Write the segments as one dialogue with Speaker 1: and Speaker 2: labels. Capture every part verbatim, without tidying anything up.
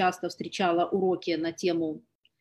Speaker 1: часто встречала уроки на тему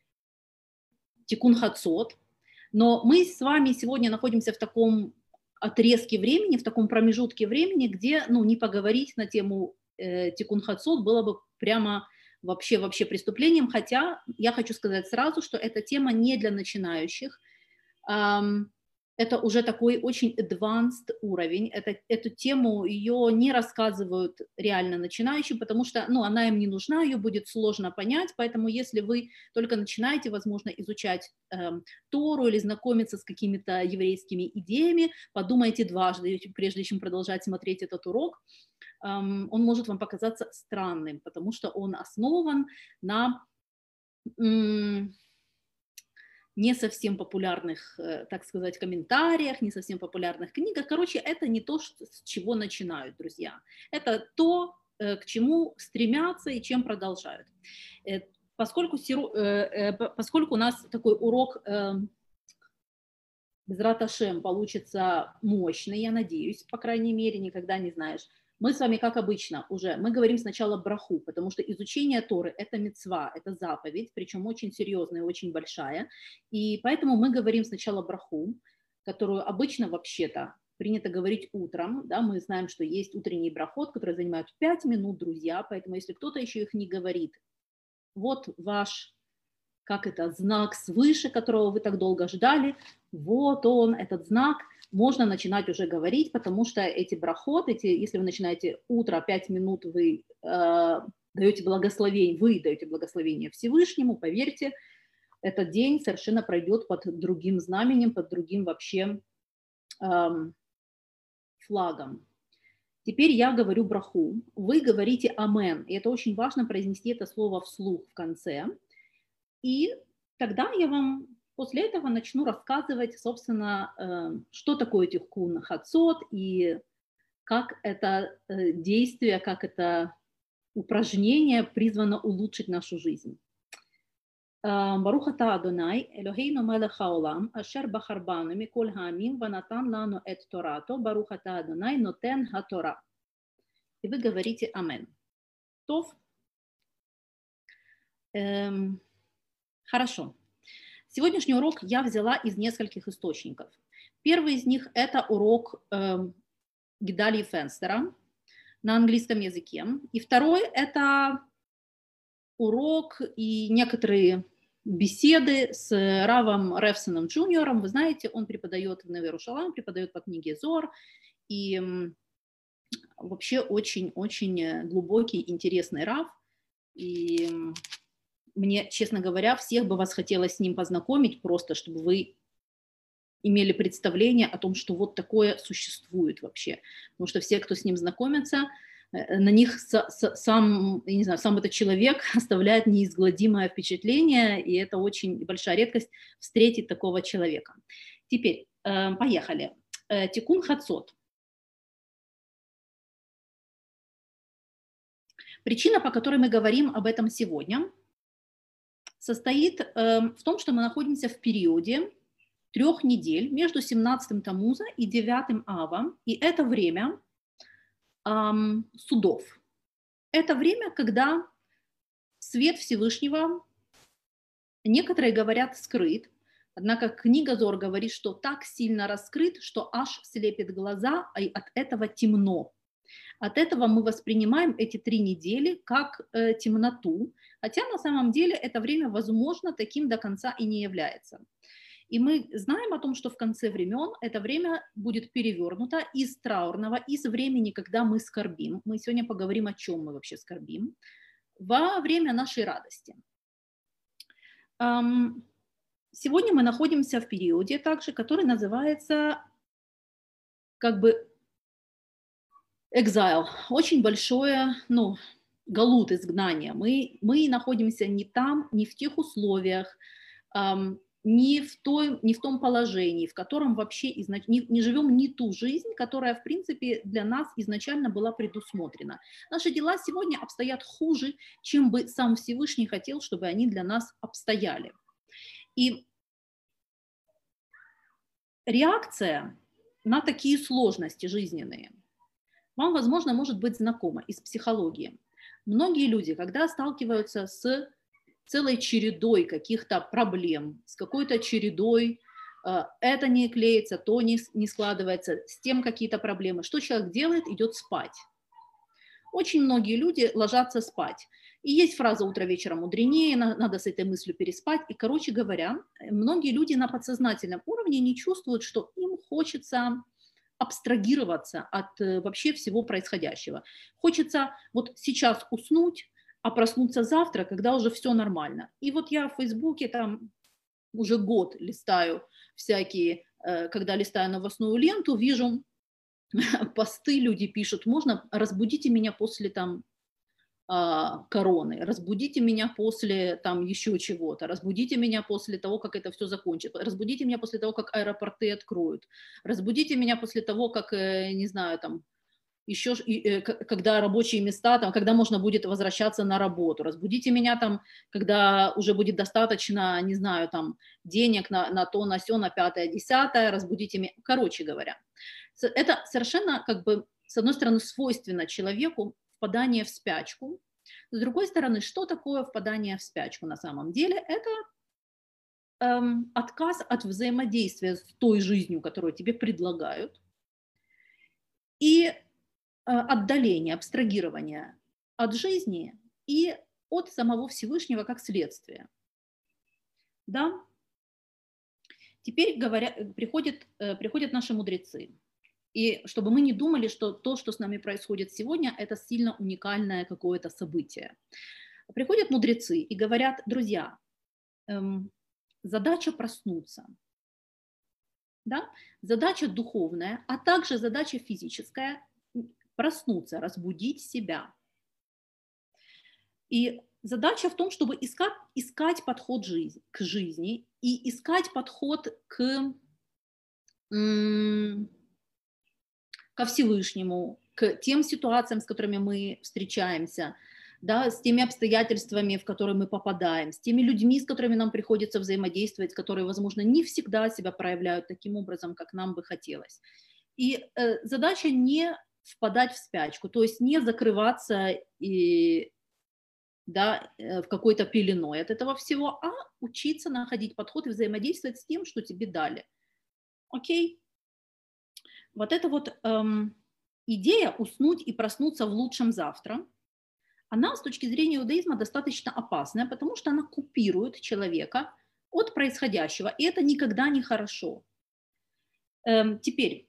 Speaker 1: Тикун Хацот, но мы с вами сегодня находимся в таком отрезке времени, в таком промежутке времени, где, ну, не поговорить на тему э, Тикун Хацот было бы прямо вообще, вообще преступлением, хотя я хочу сказать сразу, что эта тема не для начинающих, эм, это уже такой очень advanced уровень, это, эту тему ее не рассказывают реально начинающим, потому что, ну, она им не нужна, ее будет сложно понять, поэтому если вы только начинаете, возможно, изучать эм, Тору или знакомиться с какими-то еврейскими идеями, подумайте дважды, прежде чем продолжать смотреть этот урок. Um, он может вам показаться странным, потому что он основан на м, не совсем популярных, э, так сказать, комментариях, не совсем популярных книгах. Короче, это не то, что, с чего начинают, друзья. Это то, э, к чему стремятся и чем продолжают. Э, поскольку, сиру, э, э, поскольку у нас такой урок э, Безрат Ашем получится мощный, я надеюсь, по крайней мере, никогда не знаешь. Мы с вами, как обычно, уже, мы говорим сначала браху, потому что изучение Торы – это мицва, это заповедь, причем очень серьезная, очень большая, и поэтому мы говорим сначала браху, которую обычно вообще-то принято говорить утром, да, мы знаем, что есть утренний брахот, который занимает пять минут, друзья, поэтому если кто-то еще их не говорит, вот ваш, как это, знак свыше, которого вы так долго ждали, вот он, этот знак, можно начинать уже говорить, потому что эти брахот, эти, если вы начинаете утро, пять минут, вы э, даете благословение, вы даете благословение Всевышнему, поверьте, этот день совершенно пройдет под другим знаменем, под другим вообще э, флагом. Теперь я говорю браху, вы говорите амен, и это очень важно произнести это слово вслух в конце, и тогда я вам после этого начну рассказывать, собственно, что такое Тикун Хацот и как это действие, как это упражнение призвано улучшить нашу жизнь. Барух ата Адонай, Элохейну мелех хаолам, ашер бахар бану миколь хаамим, ванатан лану эт торато, Барух ата Адонай, нотен ха-тора. И вы говорите амен. Тов. Эм, хорошо. Сегодняшний урок я взяла из нескольких источников. Первый из них – это урок э, Гедалии Фенстера на английском языке. И второй – это урок и некоторые беседы с Равом Ревсоном Джуниором. Вы знаете, он преподает в Неве Иерушалаим, преподает по книге Зор. И э, вообще очень-очень глубокий, интересный Рав. И мне, честно говоря, всех бы вас хотелось с ним познакомить, просто чтобы вы имели представление о том, что вот такое существует вообще. Потому что все, кто с ним знакомится, на них сам, я не знаю, сам этот человек оставляет неизгладимое впечатление, и это очень большая редкость встретить такого человека. Теперь, поехали. Тикун Хацот. Причина, по которой мы говорим об этом сегодня, состоит э, в том, что мы находимся в периоде трех недель между семнадцатым Тамуза и девятым Ава, и это время э, судов. Это время, когда свет Всевышнего, некоторые говорят, скрыт, однако книга Зор говорит, что так сильно раскрыт, что аж слепит глаза, и от этого темно. От этого мы воспринимаем эти три недели как э, темноту, хотя на самом деле это время, возможно, таким до конца и не является. И мы знаем о том, что в конце времен это время будет перевернуто из траурного, из времени, когда мы скорбим. Мы сегодня поговорим, о чем мы вообще скорбим, во время нашей радости. Эм, сегодня мы находимся в периоде также, который называется как бы exile, очень большое, ну, галут, изгнание. Мы, мы находимся не там, не в тех условиях, эм, не, в той, не в том положении, в котором вообще изнач... не, не живем не ту жизнь, которая, в принципе, для нас изначально была предусмотрена. Наши дела сегодня обстоят хуже, чем бы сам Всевышний хотел, чтобы они для нас обстояли. И реакция на такие сложности жизненные вам, возможно, может быть знакома из психологии. Многие люди, когда сталкиваются с целой чередой каких-то проблем, с какой-то чередой, э, это не клеится, то не, с- не складывается, с тем какие-то проблемы. Что человек делает? Идет спать. Очень многие люди ложатся спать. И есть фраза «утро вечера мудренее», на- надо с этой мыслью переспать. И, короче говоря, э, многие люди на подсознательном уровне не чувствуют, что им хочется абстрагироваться от э, вообще всего происходящего. Хочется вот сейчас уснуть, а проснуться завтра, когда уже все нормально. И вот я в Фейсбуке там уже год листаю всякие, э, когда листаю новостную ленту, вижу посты, люди пишут, можно разбудите меня после там а, короны, разбудите меня после там еще чего-то, разбудите меня после того, как это все закончится, разбудите меня после того, как аэропорты откроют, разбудите меня после того, как, э, не знаю, там, еще, когда рабочие места, там, когда можно будет возвращаться на работу, разбудите меня там, когда уже будет достаточно, не знаю, там, денег на, на то, на сё, на пятое, десятое, разбудите меня, короче говоря. С- Это совершенно, как бы, с одной стороны, свойственно человеку впадание в спячку, с другой стороны, что такое впадание в спячку на самом деле? Это эм, отказ от взаимодействия с той жизнью, которую тебе предлагают, и э, отдаление, абстрагирование от жизни и от самого Всевышнего как следствие. Да? Теперь говоря, э, приходят, э, приходят наши мудрецы. И чтобы мы не думали, что то, что с нами происходит сегодня, это сильно уникальное какое-то событие. Приходят мудрецы и говорят, друзья, эм, задача проснуться, да? Задача духовная, а также задача физическая проснуться, разбудить себя. И задача в том, чтобы искать, искать подход жизнь, к жизни и искать подход к, м, ко Всевышнему, к тем ситуациям, с которыми мы встречаемся, да, с теми обстоятельствами, в которые мы попадаем, с теми людьми, с которыми нам приходится взаимодействовать, которые, возможно, не всегда себя проявляют таким образом, как нам бы хотелось. И э, задача не впадать в спячку, то есть не закрываться и, да, э, в какой-то пеленой от этого всего, а учиться находить подход и взаимодействовать с тем, что тебе дали. Окей? Вот эта вот эм, идея уснуть и проснуться в лучшем завтра, она с точки зрения иудаизма достаточно опасная, потому что она купирует человека от происходящего, и это никогда не хорошо. Эм, теперь,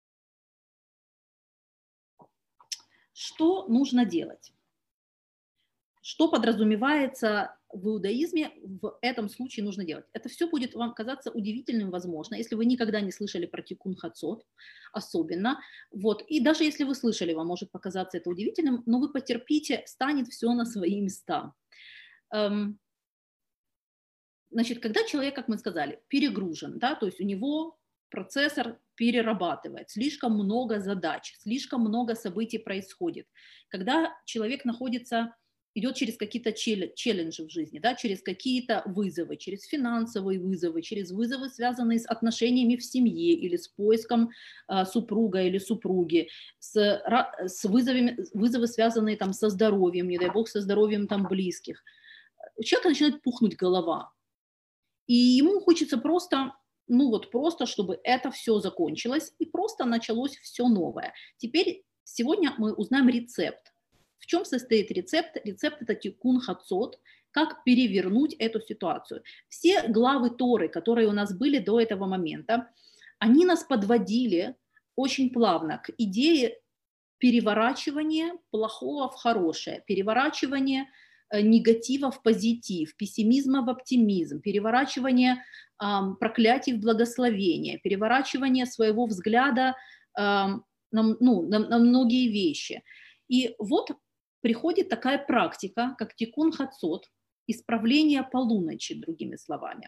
Speaker 1: что нужно делать? Что подразумевается в иудаизме в этом случае нужно делать? Это все будет вам казаться удивительным, возможно, если вы никогда не слышали про тикун хацот, особенно. Вот. И даже если вы слышали, вам может показаться это удивительным, но вы потерпите, станет все на свои места. Эм, Значит, когда человек, как мы сказали, перегружен, да, то есть у него процессор перерабатывает, слишком много задач, слишком много событий происходит. Когда человек находится, идет через какие-то челленджи в жизни, да, через какие-то вызовы, через финансовые вызовы, через вызовы, связанные с отношениями в семье или с поиском э, супруга или супруги, с, с вызовами, вызовы, связанные там со здоровьем, не дай бог, со здоровьем там близких. У человека начинает пухнуть голова, и ему хочется просто, ну вот просто, чтобы это все закончилось и просто началось все новое. Теперь сегодня мы узнаем рецепт. В чем состоит рецепт? Рецепт – это тикун хацот, как перевернуть эту ситуацию. Все главы Торы, которые у нас были до этого момента, они нас подводили очень плавно к идее переворачивания плохого в хорошее, переворачивания э, негатива в позитив, пессимизма в оптимизм, переворачивание ам, проклятий в благословение, переворачивание своего взгляда ам, на, ну, на, на многие вещи. И вот приходит такая практика, как тикун хацот, исправление полуночи, другими словами.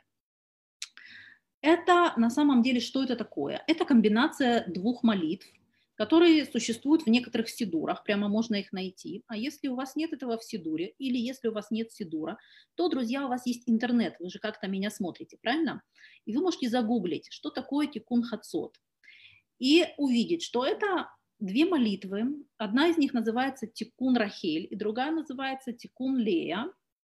Speaker 1: Это на самом деле, что это такое? Это комбинация двух молитв, которые существуют в некоторых сидурах, прямо можно их найти. А если у вас нет этого в сидуре, или если у вас нет сидура, то, друзья, у вас есть интернет, вы же как-то меня смотрите, правильно? И вы можете загуглить, что такое тикун хацот, и увидеть, что это две молитвы. Одна из них называется Тикун Рахель, и другая называется Тикун Лея.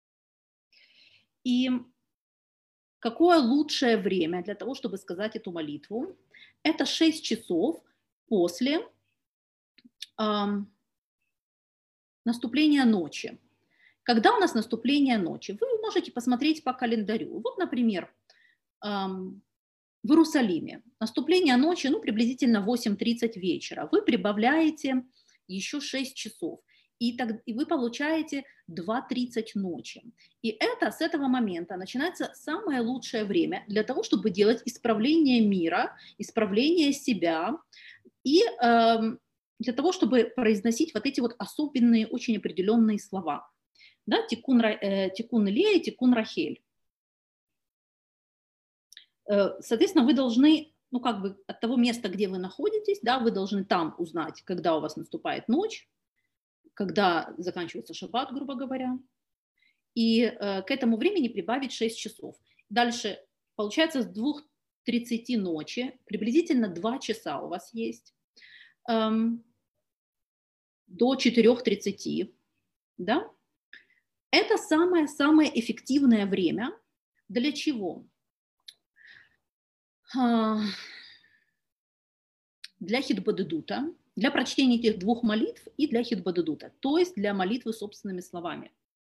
Speaker 1: И какое лучшее время для того, чтобы сказать эту молитву? Это шесть часов после эм, наступления ночи. Когда у нас наступление ночи? Вы можете посмотреть по календарю. Вот, например, эм, в Иерусалиме наступление ночи, ну, приблизительно восемь тридцать вечера. Вы прибавляете еще шесть часов, и, так, и вы получаете два тридцать ночи. И это с этого момента начинается самое лучшее время для того, чтобы делать исправление мира, исправление себя и э, для того, чтобы произносить вот эти вот особенные, очень определенные слова. Да, тикун, э, тикун Лея, тикун Рахель. Соответственно, вы должны, ну, как бы от того места, где вы находитесь, да, вы должны там узнать, когда у вас наступает ночь, когда заканчивается шаббат, грубо говоря, и э, к этому времени прибавить шесть часов. Дальше, получается, с двух тридцати ночи, приблизительно два часа у вас есть, эм, до четырёх тридцати, да, это самое-самое эффективное время. Для чего? Для хитбадедута, для прочтения этих двух молитв и для хитбадедута, то есть для молитвы собственными словами.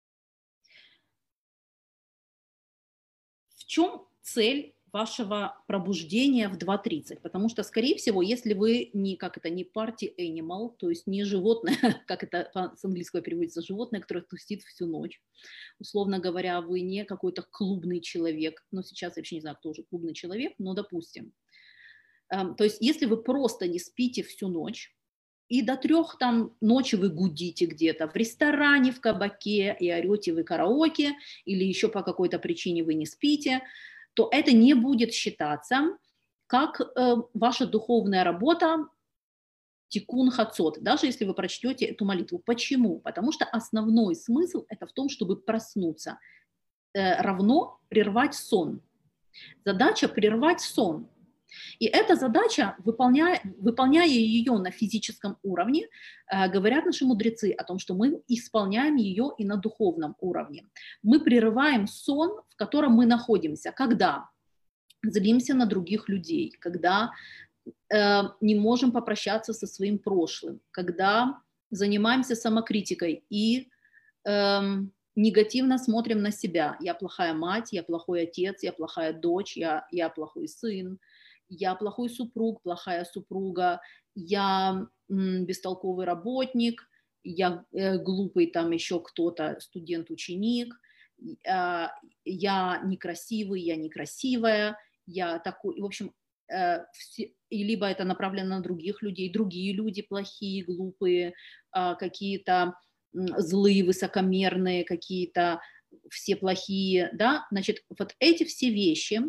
Speaker 1: В чем цель вашего пробуждения в два тридцать? Потому что, скорее всего, если вы не, как это, не party animal, то есть не животное, как это с английского переводится, животное, которое тусит всю ночь, условно говоря, вы не какой-то клубный человек, но сейчас я вообще не знаю, кто уже клубный человек, но допустим. То есть если вы просто не спите всю ночь, и до трех там ночи вы гудите где-то в ресторане, в кабаке, и орете вы караоке, или еще по какой-то причине вы не спите, то это не будет считаться как э, ваша духовная работа тикун хацот, даже если вы прочтете эту молитву. Почему? Потому что основной смысл это в том, чтобы проснуться, э, равно прервать сон. Задача прервать сон. И эта задача, выполняя, выполняя ее на физическом уровне, э, говорят наши мудрецы о том, что мы исполняем ее и на духовном уровне. Мы прерываем сон, в котором мы находимся, когда злимся на других людей, когда э, не можем попрощаться со своим прошлым, когда занимаемся самокритикой и э, негативно смотрим на себя. Я плохая мать, я плохой отец, я плохая дочь, я, я плохой сын. Я плохой супруг, плохая супруга, я м, бестолковый работник, я э, глупый там еще кто-то, студент-ученик, э, я некрасивый, я некрасивая, я такой, в общем, э, все, и либо это направлено на других людей, другие люди плохие, глупые, э, какие-то м, злые, высокомерные, какие-то все плохие, да, значит, вот эти все вещи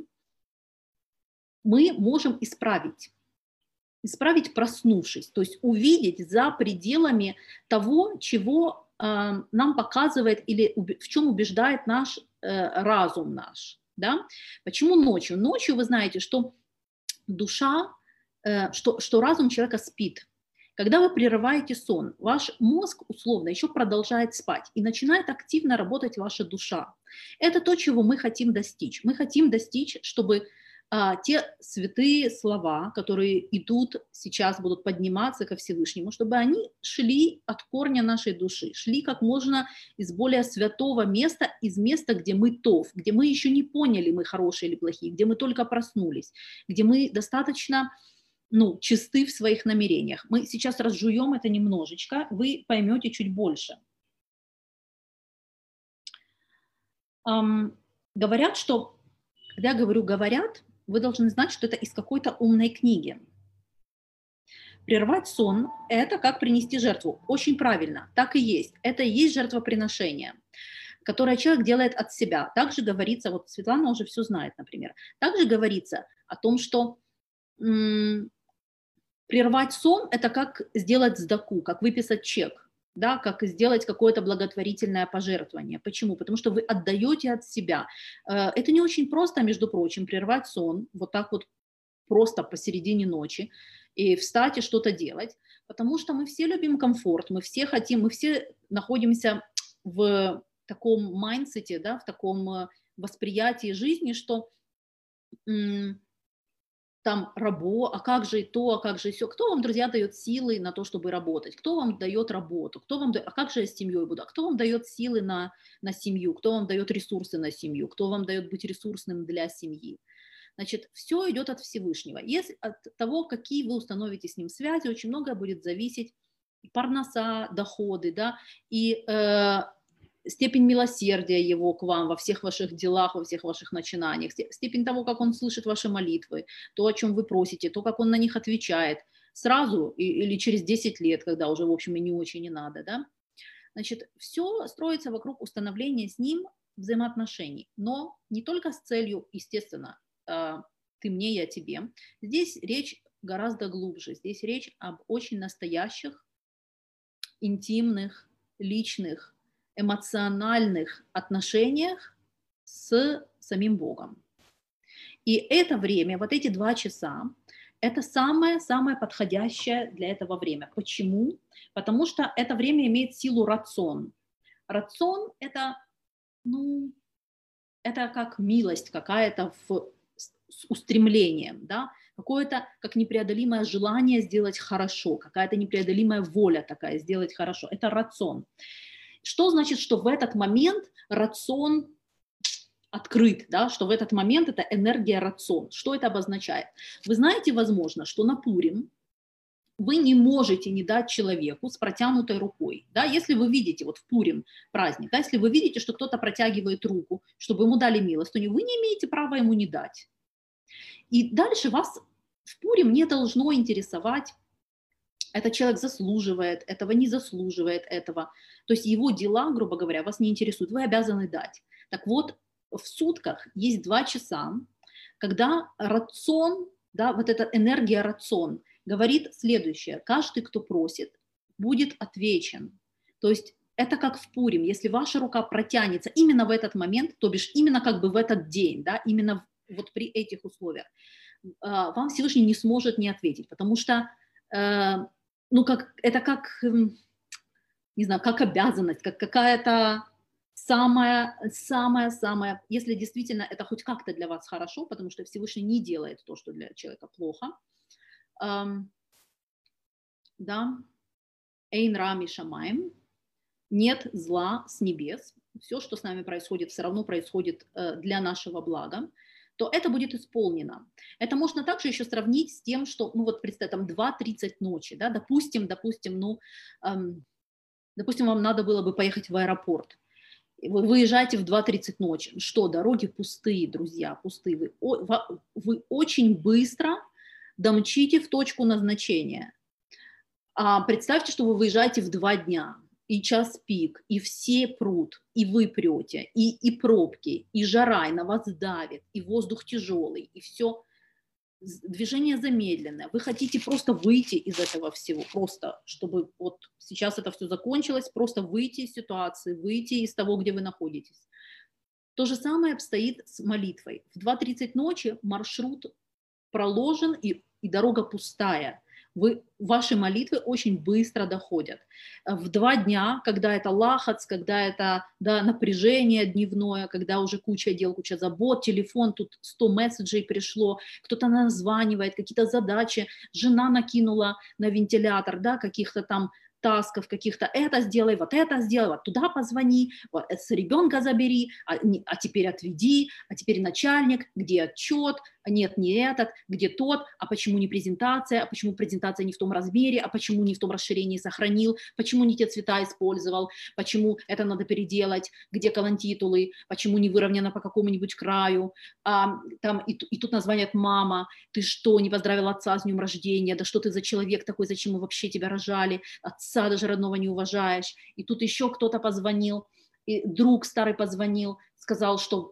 Speaker 1: мы можем исправить, исправить проснувшись, то есть увидеть за пределами того, чего э, нам показывает или в чем убеждает наш э, разум наш. Да? Почему ночью? Ночью вы знаете, что душа, э, что, что разум человека спит. Когда вы прерываете сон, ваш мозг условно еще продолжает спать и начинает активно работать ваша душа. Это то, чего мы хотим достичь. Мы хотим достичь, чтобы а, те святые слова, которые идут сейчас, будут подниматься ко Всевышнему, чтобы они шли от корня нашей души, шли как можно из более святого места, из места, где мы тов, где мы еще не поняли, мы хорошие или плохие, где мы только проснулись, где мы достаточно ну, чисты в своих намерениях. Мы сейчас разжуем это немножечко, вы поймете чуть больше. Эм, говорят, что, когда я говорю «говорят», вы должны знать, что это из какой-то умной книги. Прервать сон – это как принести жертву. Очень правильно, так и есть. Это и есть жертвоприношение, которое человек делает от себя. Также говорится, вот Светлана уже все знает, например, также говорится о том, что м- прервать сон – это как сделать сдаку, как выписать чек. Да, как сделать какое-то благотворительное пожертвование. Почему? Потому что вы отдаете от себя. Это не очень просто, между прочим, прервать сон вот так вот просто посередине ночи и встать и что-то делать, Потому что мы все любим комфорт, мы все хотим, мы все находимся в таком майндсете, да, в таком э, восприятии жизни, что м, там рабо, а как же и то, а как же и все. Кто вам, друзья, дает силы на то, чтобы работать? Кто вам дает работу? Кто вам, да- а как же я с семьей буду? А кто вам дает силы на, на семью? Кто вам дает ресурсы на семью? Кто вам дает быть ресурсным для семьи? Значит, все идет от Всевышнего. Если от того, какие вы установите с ним связи, очень многое будет зависеть парноса, доходы, да, и э, степень милосердия его к вам во всех ваших делах, во всех ваших начинаниях, степень того, как он слышит ваши молитвы, то, о чем вы просите, то, как он на них отвечает, сразу или через десять лет, когда уже, в общем, и не очень и надо, да. Значит, все строится вокруг установления с ним взаимоотношений, но не только с целью, естественно, э, ты мне, я тебе. Здесь речь гораздо глубже. Здесь речь об очень настоящих, интимных, личных, эмоциональных отношениях с самим Богом. И это время, вот эти два часа, это самое-самое подходящее для этого время. Почему? Потому что это время имеет силу рацион. Рацион – это, ну, это как милость какая-то в, с устремлением, да? Какое-то как непреодолимое желание сделать хорошо, какая-то непреодолимая воля такая сделать хорошо. Это рацион. Что значит, что в этот момент рацион открыт, да, что в этот момент это энергия рацион. Что это обозначает? Вы знаете, возможно, что на Пурим вы не можете не дать человеку с протянутой рукой. Да, если вы видите, вот в Пурим праздник, да, если вы видите, что кто-то протягивает руку, чтобы ему дали милостыню, вы не имеете права ему не дать. И дальше вас в Пурим не должно интересовать, этот человек заслуживает этого, не заслуживает этого. То есть его дела, грубо говоря, вас не интересуют, вы обязаны дать. Так вот, в сутках есть два часа, когда рацион, да, вот эта энергия рацион говорит следующее: каждый, кто просит, будет отвечен. То есть это как в Пурим, если ваша рука протянется именно в этот момент, то бишь именно как бы в этот день, да, именно вот при этих условиях, вам Всевышний не сможет не ответить, потому что ну, как, это как, не знаю, как обязанность, как какая-то самая, самая, самая, если действительно это хоть как-то для вас хорошо, потому что Всевышний не делает то, что для человека плохо, эм, да, эйн рами шамаем, нет зла с небес, все, что с нами происходит, все равно происходит э, для нашего блага, то это будет исполнено. Это можно также еще сравнить с тем, что, ну вот представь, там два тридцать ночи, да, допустим, допустим, ну, эм, допустим, вам надо было бы поехать в аэропорт, вы выезжаете в два тридцать ночи, что, дороги пустые, друзья, пустые, вы, о, вы очень быстро домчите в точку назначения. А представьте, что вы выезжаете в два дня, и час пик, и все прут, и вы прете, и, и пробки, и жара, и на вас давит, и воздух тяжелый, и все, движение замедленное. Вы хотите просто выйти из этого всего, просто, чтобы вот сейчас это все закончилось, просто выйти из ситуации, выйти из того, где вы находитесь. То же самое обстоит с молитвой. В два тридцать ночи маршрут проложен, и, и дорога пустая. Вы, ваши молитвы очень быстро доходят. В два дня, когда это лахац, когда это, да, напряжение дневное, когда уже куча дел, куча забот, телефон, тут сто месседжей пришло, кто-то названивает, какие-то задачи, жена накинула на вентилятор, да, каких-то там тасков каких-то, это сделай, вот это сделай, вот туда позвони, вот, с ребенка забери, а, не, а теперь отведи, а теперь начальник, где отчет, нет, не этот, где тот, а почему не презентация, а почему презентация не в том размере, а почему не в том расширении сохранил, почему не те цвета использовал, почему это надо переделать, где колонтитулы, почему не выровнено по какому-нибудь краю, а, там и, и тут названивает мама, ты что, не поздравил отца с днем рождения, да что ты за человек такой, зачем мы вообще тебя рожали, отца даже родного не уважаешь, и тут еще кто-то позвонил, и друг старый позвонил, сказал, что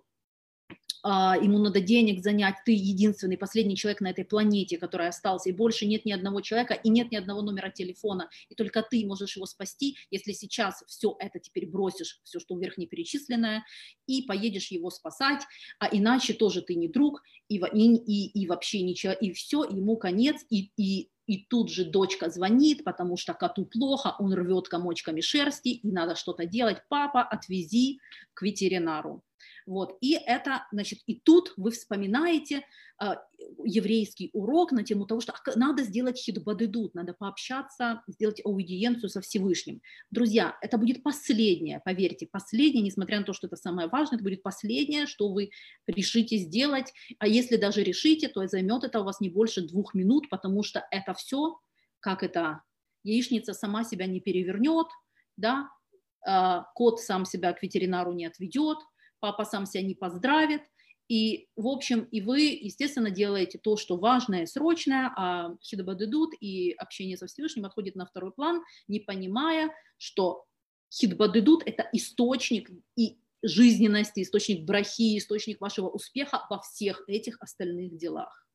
Speaker 1: ему надо денег занять, ты единственный, последний человек на этой планете, который остался, и больше нет ни одного человека, и нет ни одного номера телефона, и только ты можешь его спасти, если сейчас все это теперь бросишь, все, что вверх не перечисленное, и поедешь его спасать, а иначе тоже ты не друг, и, и, и, и вообще ничего, и все, ему конец, и, и и тут же дочка звонит, потому что коту плохо, он рвет комочками шерсти, и надо что-то делать. Папа, отвези к ветеринару. Вот. И это, значит, и тут вы вспоминаете э, еврейский урок на тему того, что надо сделать хидбадедут, надо пообщаться, сделать аудиенцию со Всевышним. Друзья, это будет последнее, поверьте, последнее, несмотря на то, что это самое важное, это будет последнее, что вы решите сделать. А если даже решите, то займет это у вас не больше двух минут, потому что это все, как это, яичница сама себя не перевернет, да, э, кот сам себя к ветеринару не отведет, папа сам себя не поздравит, и, в общем, и вы, естественно, делаете то, что важное и срочное, а хидбадедут и общение со Всевышним отходит на второй план, не понимая, что хидбадедут – это источник и жизненности, источник брахи, источник вашего успеха во всех этих остальных делах.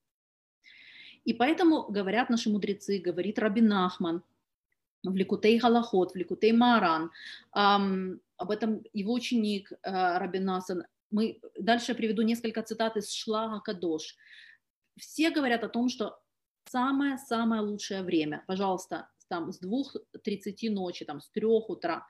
Speaker 1: И поэтому говорят наши мудрецы, говорит Раби Нахман в Ликутей Галахот, в Ликутей Мааран, эм, об этом его ученик э, Раби Насан. Мы дальше приведу несколько цитат из Шлага Кадош. Все говорят о том, что самое-самое лучшее время, пожалуйста, там с двух тридцати ночи, там с трех утра,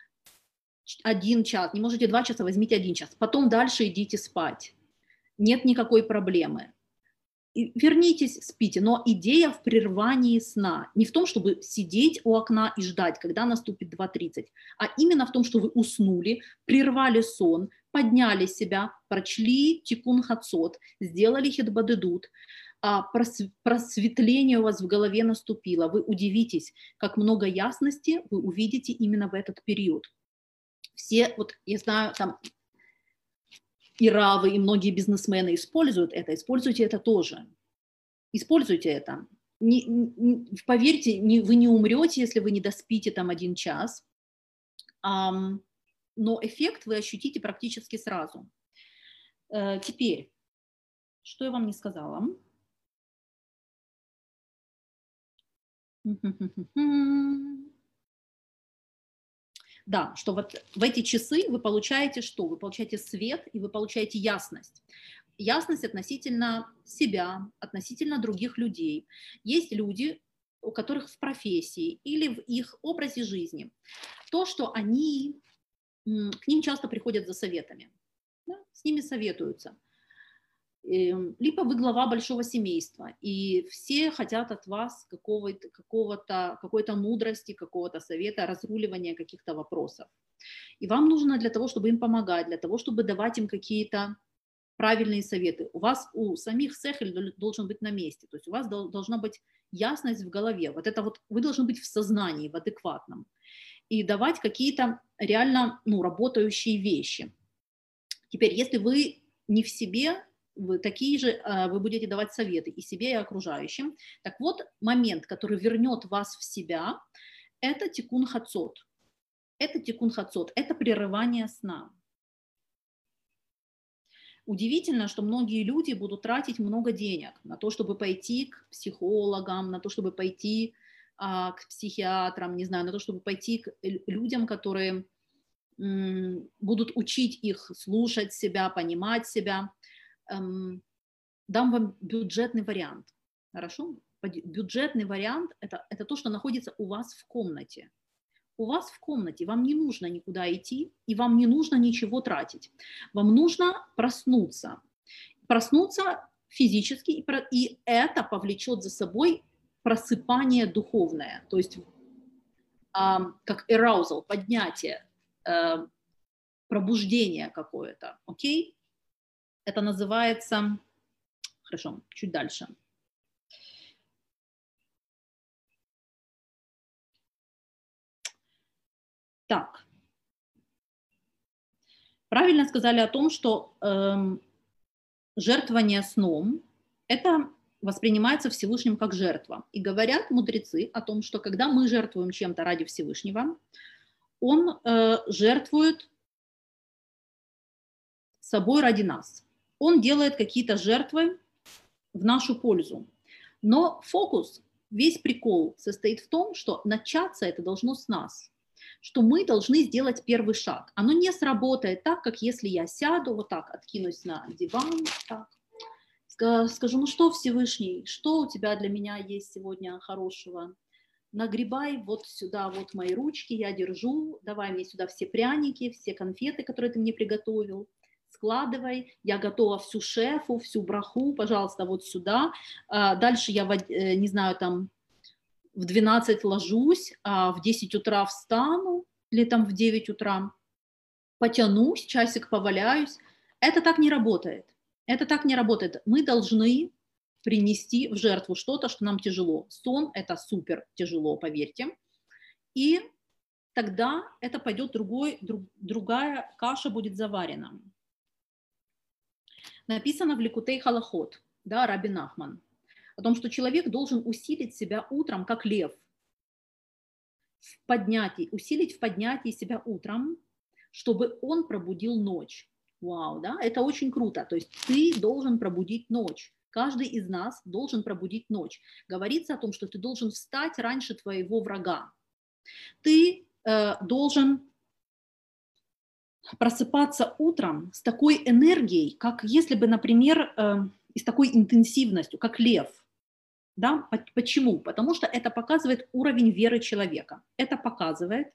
Speaker 1: один час, не можете два часа, возьмите один час, потом дальше идите спать. Нет никакой проблемы. И вернитесь, спите, но идея в прерывании сна, не в том, чтобы сидеть у окна и ждать, когда наступит два тридцать, а именно в том, что вы уснули, прервали сон, подняли себя, прочли Тикун Хацот, сделали хидбадедут, просветление у вас в голове наступило, вы удивитесь, как много ясности вы увидите именно в этот период. Все, вот я знаю, там и равы, и многие бизнесмены используют это, используйте это тоже. Используйте это. Не, не, поверьте, не, вы не умрете, если вы не доспите там один час, um, но эффект вы ощутите практически сразу. Uh, теперь, что я вам не сказала? Да, что вот в эти часы вы получаете что? Вы получаете свет и вы получаете ясность. Ясность относительно себя, относительно других людей. Есть люди, у которых в профессии или в их образе жизни то, что они, к ним часто приходят за советами, да, с ними советуются. Либо вы глава большого семейства, и все хотят от вас какого-то, какого-то, какой-то мудрости, какого-то совета, разруливания каких-то вопросов. И вам нужно для того, чтобы им помогать, для того, чтобы давать им какие-то правильные советы. У вас, у самих сехель должен быть на месте, то есть у вас должна быть ясность в голове. Вот это вот вы должны быть в сознании, в адекватном. И давать какие-то реально, ну, работающие вещи. Теперь, если вы не в себе, вы такие же, вы будете давать советы и себе, и окружающим. Так вот, момент, который вернет вас в себя, это тикун хацот. Это тикун хацот, это прерывание сна. Удивительно, что многие люди будут тратить много денег на то, чтобы пойти к психологам, на то, чтобы пойти а, к психиатрам, не знаю, на то, чтобы пойти к людям, которые м, будут учить их слушать себя, понимать себя. Эм, дам вам бюджетный вариант. Хорошо? Бюджетный вариант – это, это то, что находится у вас в комнате. У вас в комнате, вам не нужно никуда идти, и вам не нужно ничего тратить. Вам нужно проснуться. Проснуться физически, и, про, и это повлечет за собой просыпание духовное, то есть э, как arousal, поднятие, э, пробуждение какое-то, окей? Это называется, хорошо, чуть дальше. Так, правильно сказали о том, что э, жертвование сном – это воспринимается Всевышним как жертва. И говорят мудрецы о том, что когда мы жертвуем чем-то ради Всевышнего, он э, жертвует собой ради нас. Он делает какие-то жертвы в нашу пользу. Но фокус, весь прикол состоит в том, что начаться это должно с нас. Что мы должны сделать первый шаг. Оно не сработает так, как если я сяду, вот так, откинусь на диван, так, Скажу, ну что, Всевышний, что у тебя для меня есть сегодня хорошего? Нагребай вот сюда вот мои ручки, я держу, давай мне сюда все пряники, все конфеты, которые ты мне приготовил, складывай, я готова всю шефу, всю браху, пожалуйста, вот сюда. Дальше я, не знаю, там в двенадцать ложусь, а в десять утра встану или там в девять утра, потянусь, часик поваляюсь. Это так не работает. Это так не работает. Мы должны принести в жертву что-то, что нам тяжело. Сон – это супер тяжело, поверьте. И тогда это пойдет другой, друг, другая каша будет заварена. Написано в Ликутей Халахот, да, Раби Нахман, о том, что человек должен усилить себя утром, как лев, в поднятии, усилить в поднятии себя утром, чтобы он пробудил ночь. Вау, да, это очень круто. То есть ты должен пробудить ночь. Каждый из нас должен пробудить ночь. Говорится о том, что ты должен встать раньше твоего врага. Ты э, должен просыпаться утром с такой энергией, как если бы, например, э, и с такой интенсивностью, как лев. Да? Почему? Потому что это показывает уровень веры человека. Это показывает...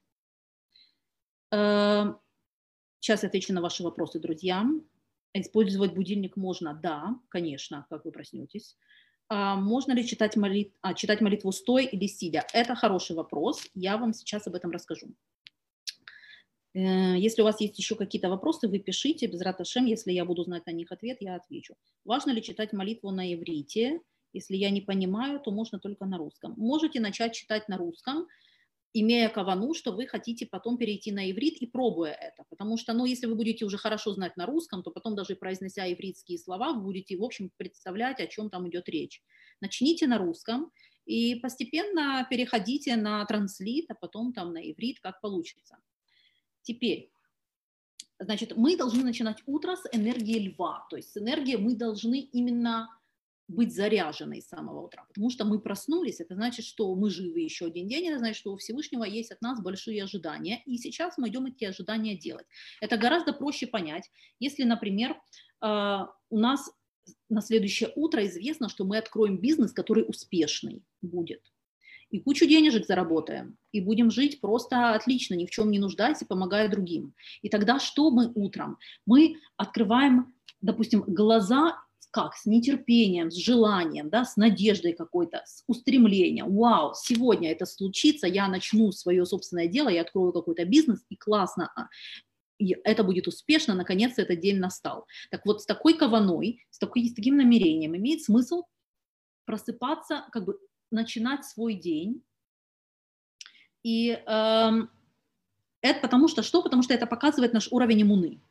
Speaker 1: Э, сейчас отвечу на ваши вопросы, друзья. Использовать будильник можно? Да, конечно, как вы проснетесь. А можно ли читать, молит... а, читать молитву стоя или сидя? Это хороший вопрос. Я вам сейчас об этом расскажу. Если у вас есть еще какие-то вопросы, вы пишите, без раташем, если я буду знать на них ответ, я отвечу. Важно ли читать молитву на иврите? Если я не понимаю, то можно только на русском. Можете начать читать на русском, имея кавану, что вы хотите потом перейти на иврит и пробуя это. Потому что, ну, если вы будете уже хорошо знать на русском, то потом даже произнося ивритские слова, вы будете, в общем, представлять, о чем там идет речь. Начните на русском и постепенно переходите на транслит, а потом там на иврит, как получится. Теперь, значит, мы должны начинать утро с энергии льва, то есть с энергией мы должны именно быть заряженной с самого утра, потому что мы проснулись, это значит, что мы живы еще один день, это значит, что у Всевышнего есть от нас большие ожидания, и сейчас мы идем эти ожидания делать. Это гораздо проще понять, если, например, у нас на следующее утро известно, что мы откроем бизнес, который успешный будет. И кучу денежек заработаем, и будем жить просто отлично, ни в чем не нуждаясь и помогая другим. И тогда что мы утром? Мы открываем, допустим, глаза как? С нетерпением, с желанием, да, с надеждой какой-то, с устремлением. Вау, сегодня это случится, я начну свое собственное дело, я открою какой-то бизнес, и классно, и это будет успешно, наконец-то этот день настал. Так вот, с такой каваной, с, такой, с таким намерением имеет смысл просыпаться, как бы начинать свой день. И э, это потому что что? Потому что это показывает наш уровень иммуны.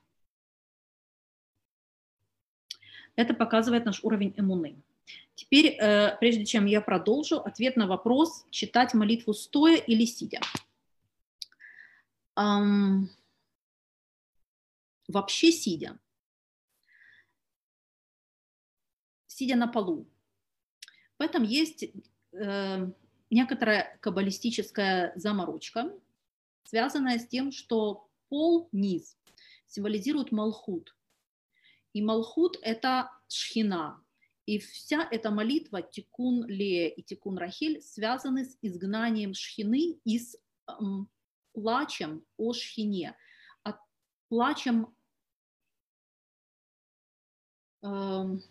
Speaker 1: Это показывает наш уровень иммуны. Теперь, э, прежде чем я продолжу, ответ на вопрос, читать молитву стоя или сидя. Эм, вообще сидя. Сидя на полу. В этом есть э, некоторая каббалистическая заморочка, связанная с тем, что пол, низ, символизирует Малхут. И Малхут – это шхина. И вся эта молитва, Тикун Лея и Тикун Рахель, связаны с изгнанием шхины и с эм, плачем о шхине. От плачем эм,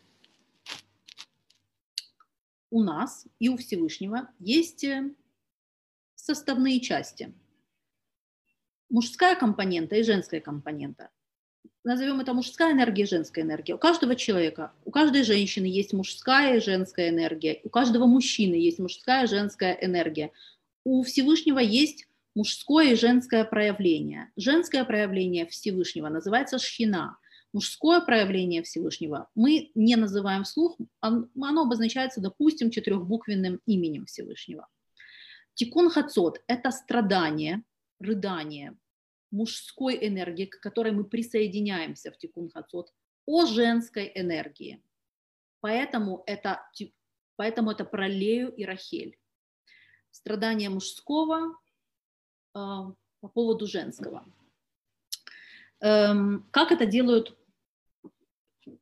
Speaker 1: у нас и у Всевышнего есть составные части. Мужская компонента и женская компонента. Назовем это мужская энергия и женская энергия. У каждого человека, у каждой женщины есть мужская и женская энергия. У каждого мужчины есть мужская и женская энергия. У Всевышнего есть мужское и женское проявление. Женское проявление Всевышнего называется шхина. Мужское проявление Всевышнего мы не называем вслух, оно обозначается, допустим, четырехбуквенным именем Всевышнего. Тикун хацот – это страдание, рыдание мужской энергии, к которой мы присоединяемся в Тикун хацот, о женской энергии. Поэтому это, поэтому это про Лею и Рахель. Страдание мужского э, по поводу женского. Эм, как это делают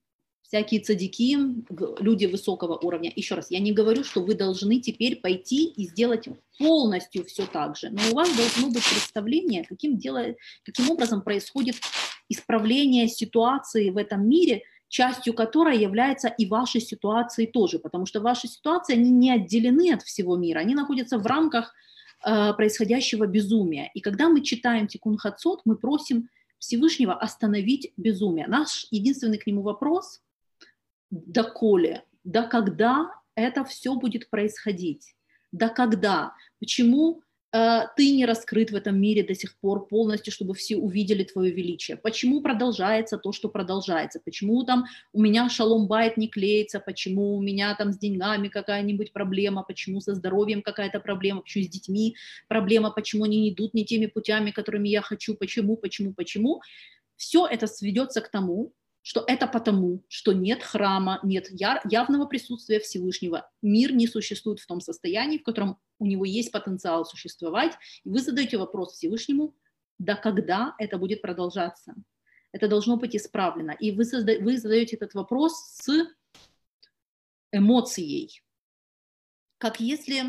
Speaker 1: всякие цадики, люди высокого уровня. Еще раз, я не говорю, что вы должны теперь пойти и сделать полностью все так же, но у вас должно быть представление, каким, дело, каким образом происходит исправление ситуации в этом мире, частью которой является и вашей ситуации тоже, потому что ваши ситуации, они не отделены от всего мира, они находятся в рамках э, происходящего безумия. И когда мы читаем Тикун Хацот, мы просим Всевышнего остановить безумие. Наш единственный к нему вопрос – доколе, до когда это все будет происходить, до когда, почему э, ты не раскрыт в этом мире до сих пор полностью, чтобы все увидели твое величие, почему продолжается то, что продолжается, почему там у меня шалом байт не клеится, почему у меня там с деньгами какая-нибудь проблема, почему со здоровьем какая-то проблема, почему с детьми проблема, почему они не идут не теми путями, которыми я хочу, почему, почему, почему. Все это сведется к тому, что это потому, что нет храма, нет явного присутствия Всевышнего. Мир не существует в том состоянии, в котором у него есть потенциал существовать. И вы задаете вопрос Всевышнему, да когда это будет продолжаться? Это должно быть исправлено. И вы, созда- вы задаете этот вопрос с эмоцией. Как если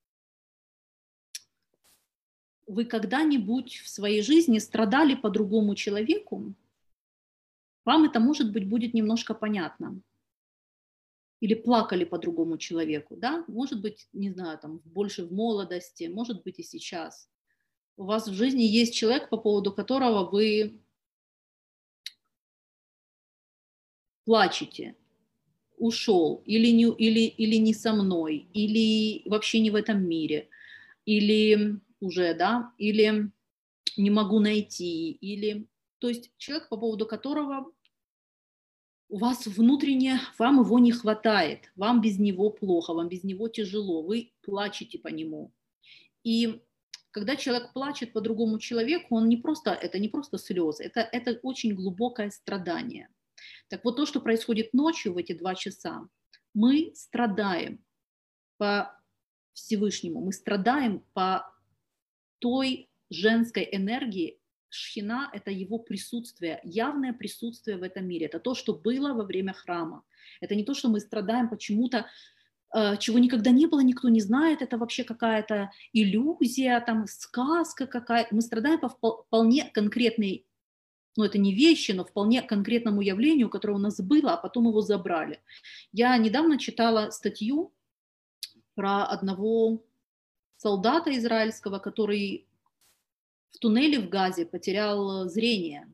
Speaker 1: вы когда-нибудь в своей жизни страдали по другому человеку, вам это, может быть, будет немножко понятно. Или плакали по другому человеку, да? Может быть, не знаю, там, больше в молодости, может быть, и сейчас. У вас в жизни есть человек, по поводу которого вы плачете, ушел, или не, или, или не со мной, или вообще не в этом мире, или уже, да, или не могу найти, или... То есть человек, по поводу которого у вас внутренне, вам его не хватает, вам без него плохо, вам без него тяжело, вы плачете по нему. И когда человек плачет по другому человеку, он не просто, это не просто слезы, это, это очень глубокое страдание. Так вот, то, что происходит ночью в эти два часа, мы страдаем по Всевышнему, мы страдаем по той женской энергии. Шхина – это его присутствие, явное присутствие в этом мире. Это то, что было во время храма. Это не то, что мы страдаем почему-то, э, чего никогда не было, никто не знает. Это вообще какая-то иллюзия, там, сказка какая-то. Мы страдаем по вполне конкретной, ну это не вещи, но вполне конкретному явлению, которое у нас было, а потом его забрали. Я недавно читала статью про одного солдата израильского, который в туннеле в Газе потерял зрение.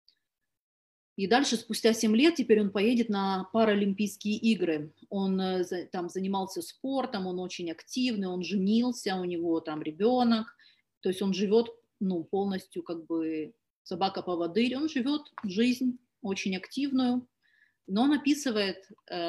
Speaker 1: И дальше, спустя семь лет, теперь он поедет на Паралимпийские игры. Он там занимался спортом, он очень активный, он женился, у него там ребенок. То есть он живет, ну, полностью как бы собака-поводырь. Он живет жизнь очень активную. Но он описывает,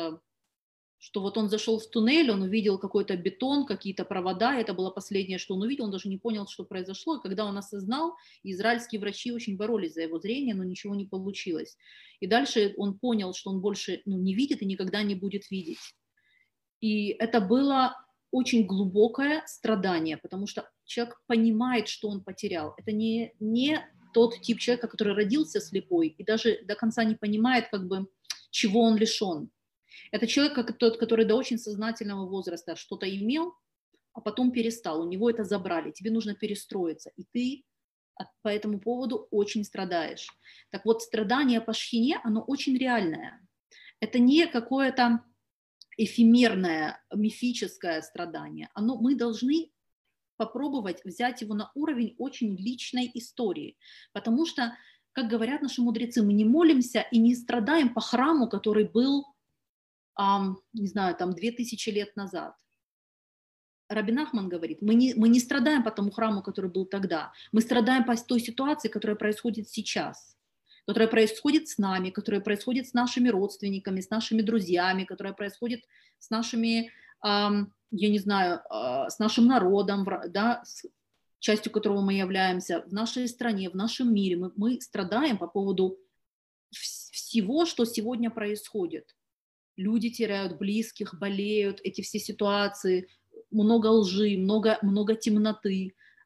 Speaker 1: что вот он зашел в туннель, он увидел какой-то бетон, какие-то провода, это было последнее, что он увидел, он даже не понял, что произошло, и когда он осознал, израильские врачи очень боролись за его зрение, но ничего не получилось. И дальше он понял, что он больше, ну, не видит и никогда не будет видеть. И это было очень глубокое страдание, потому что человек понимает, что он потерял. Это не, не тот тип человека, который родился слепой и даже до конца не понимает, как бы, чего он лишен. Это человек, как тот, который до очень сознательного возраста что-то имел, а потом перестал, у него это забрали, тебе нужно перестроиться, и ты по этому поводу очень страдаешь. Так вот, страдание по шхине, оно очень реальное. Это не какое-то эфемерное, мифическое страдание. Оно, мы должны попробовать взять его на уровень очень личной истории, потому что, как говорят наши мудрецы, мы не молимся и не страдаем по храму, который был, Um, не знаю, там две тысячи лет назад. Раби Нахман говорит, мы не, мы не страдаем по тому храму, который был тогда, мы страдаем по той ситуации, которая происходит сейчас, которая происходит с нами, которая происходит с нашими родственниками, с нашими друзьями, которая происходит с нашими, um, я не знаю, uh, с нашим народом, да, с частью которого мы являемся, в нашей стране, в нашем мире. Мы, мы страдаем по поводу всего, что сегодня происходит. Люди теряют близких, болеют, эти все ситуации, много лжи, много, много темноты.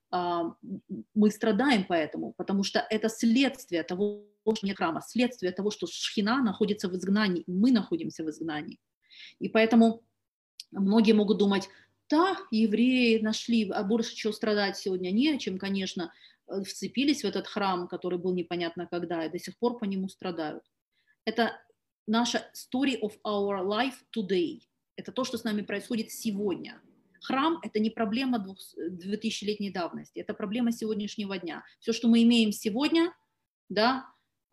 Speaker 1: а, мы страдаем поэтому, потому что это следствие того, что нет храма, следствие того, что Шхина находится в изгнании, мы находимся в изгнании. И поэтому многие могут думать, да, евреи нашли, а больше чего страдать сегодня не о чем, конечно, э, вцепились в этот храм, который был непонятно когда, и до сих пор по нему страдают. Это наша story of our life today. Это то, что с нами происходит сегодня. Храм – это не проблема двухтысячелетней давности, это проблема сегодняшнего дня. Все, что мы имеем сегодня, да,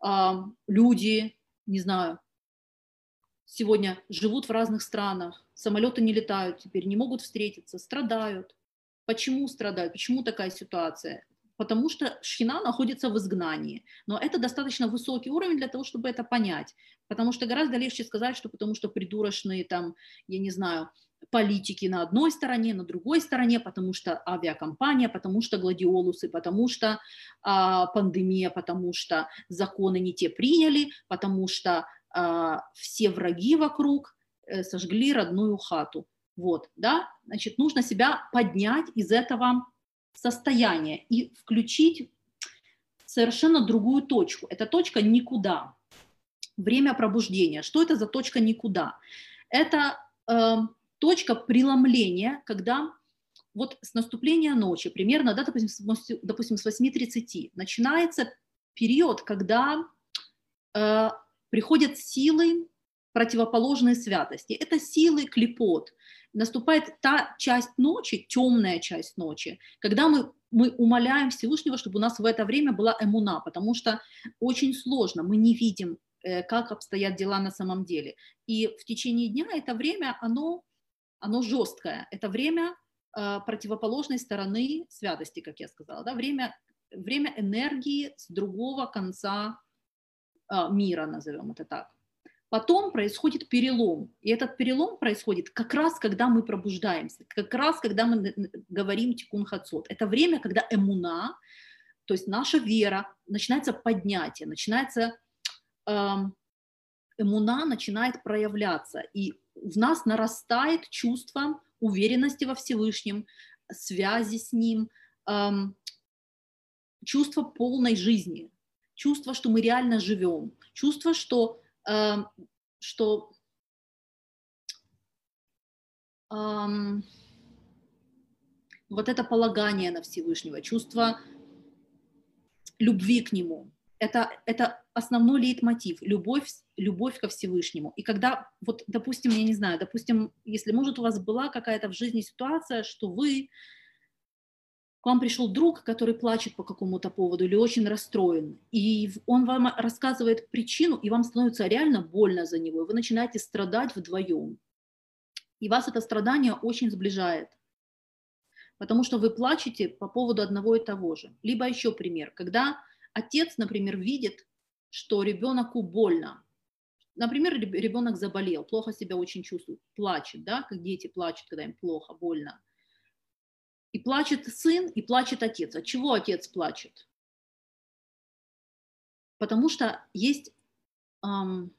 Speaker 1: люди, не знаю, сегодня живут в разных странах, самолеты не летают теперь, не могут встретиться, страдают. Почему страдают? Почему такая ситуация? Потому что Шхина находится в изгнании. Но это достаточно высокий уровень для того, чтобы это понять. Потому что гораздо легче сказать, что потому что придурочные там, я не знаю, политики на одной стороне, на другой стороне, потому что авиакомпания, потому что гладиолусы, потому что а, пандемия, потому что законы не те приняли, потому что а, все враги вокруг э, сожгли родную хату. Вот, да, значит, нужно себя поднять из этого состояния и включить совершенно другую точку. Это точка никуда. Время пробуждения. Что это за точка никуда? Это э, точка преломления, когда вот с наступления ночи, примерно, да, допустим, с, допустим, с восьми тридцати, начинается период, когда э, приходят силы, противоположные святости. Это силы клипот. Наступает та часть ночи, темная часть ночи, когда мы, мы умоляем Всевышнего, чтобы у нас в это время была эмуна, потому что очень сложно, мы не видим, э, как обстоят дела на самом деле. И в течение дня это время, оно, оно жесткое, это время э, противоположной стороны святости, как я сказала, да? время, время энергии с другого конца э, мира, назовем это так. Потом происходит перелом, и этот перелом происходит как раз, когда мы пробуждаемся, как раз, когда мы говорим тикун хацот. Это время, когда эмуна, то есть наша вера, начинается поднятие, начинается э, эмуна начинает проявляться, и в нас нарастает чувство уверенности во Всевышнем, связи с Ним, э, чувство полной жизни, чувство, что мы реально живем, чувство, что что эм, вот это полагание на Всевышнего, чувство любви к Нему, это, это основной лейтмотив, любовь, любовь ко Всевышнему. И когда, вот, допустим, я не знаю, допустим, если, может, у вас была какая-то в жизни ситуация, что вы, к вам пришел друг, который плачет по какому-то поводу или очень расстроен, и он вам рассказывает причину, и вам становится реально больно за него, и вы начинаете страдать вдвоем. И вас это страдание очень сближает, потому что вы плачете по поводу одного и того же. Либо еще пример, когда отец, например, видит, что ребенку больно. Например, ребенок заболел, плохо себя очень чувствует, плачет, да, как дети плачут, когда им плохо, больно. И плачет сын, и плачет отец. От чего отец плачет? Потому что есть эм,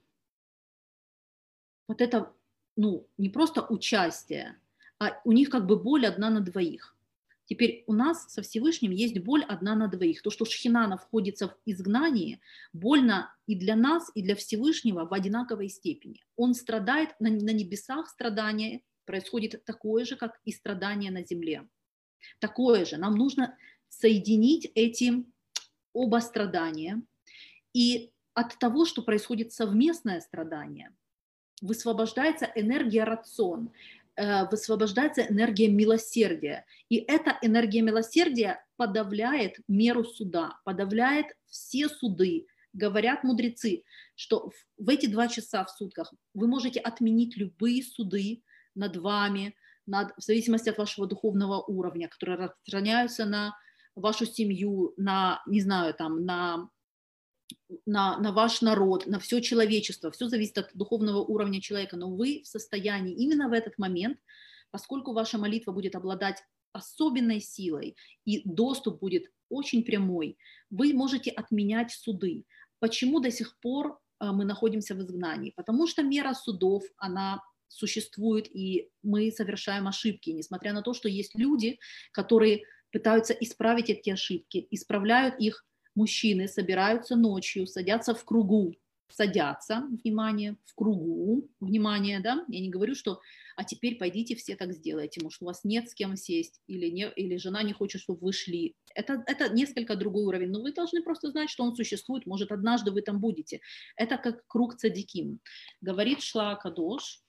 Speaker 1: вот это, ну, не просто участие, а у них как бы боль одна на двоих. Теперь у нас со Всевышним есть боль одна на двоих. То, что Шхина находится в изгнании, больно и для нас, и для Всевышнего в одинаковой степени. Он страдает, на, на небесах страдание происходит такое же, как и страдание на земле. Такое же. Нам нужно соединить эти оба страдания. И от того, что происходит совместное страдание, высвобождается энергия рацион, высвобождается энергия милосердия. И эта энергия милосердия подавляет меру суда, подавляет все суды. Говорят мудрецы, что в эти два часа в сутках вы можете отменить любые суды над вами, над, в зависимости от вашего духовного уровня, которые распространяются на вашу семью, на, не знаю, там, на, на, на ваш народ, на все человечество. Все зависит от духовного уровня человека, но вы в состоянии именно в этот момент, поскольку ваша молитва будет обладать особенной силой и доступ будет очень прямой, вы можете отменять суды. Почему до сих пор мы находимся в изгнании? Потому что мера судов, она существует, и мы совершаем ошибки, несмотря на то, что есть люди, которые пытаются исправить эти ошибки, исправляют их мужчины, собираются ночью, садятся в кругу, садятся, внимание, в кругу, внимание, да, я не говорю, что, а теперь пойдите все так сделайте, может, у вас нет с кем сесть, или, не, или жена не хочет, чтобы вы шли, это, это несколько другой уровень, но вы должны просто знать, что он существует, может, однажды вы там будете, это как круг цадиким, говорит Шлаа Кадош,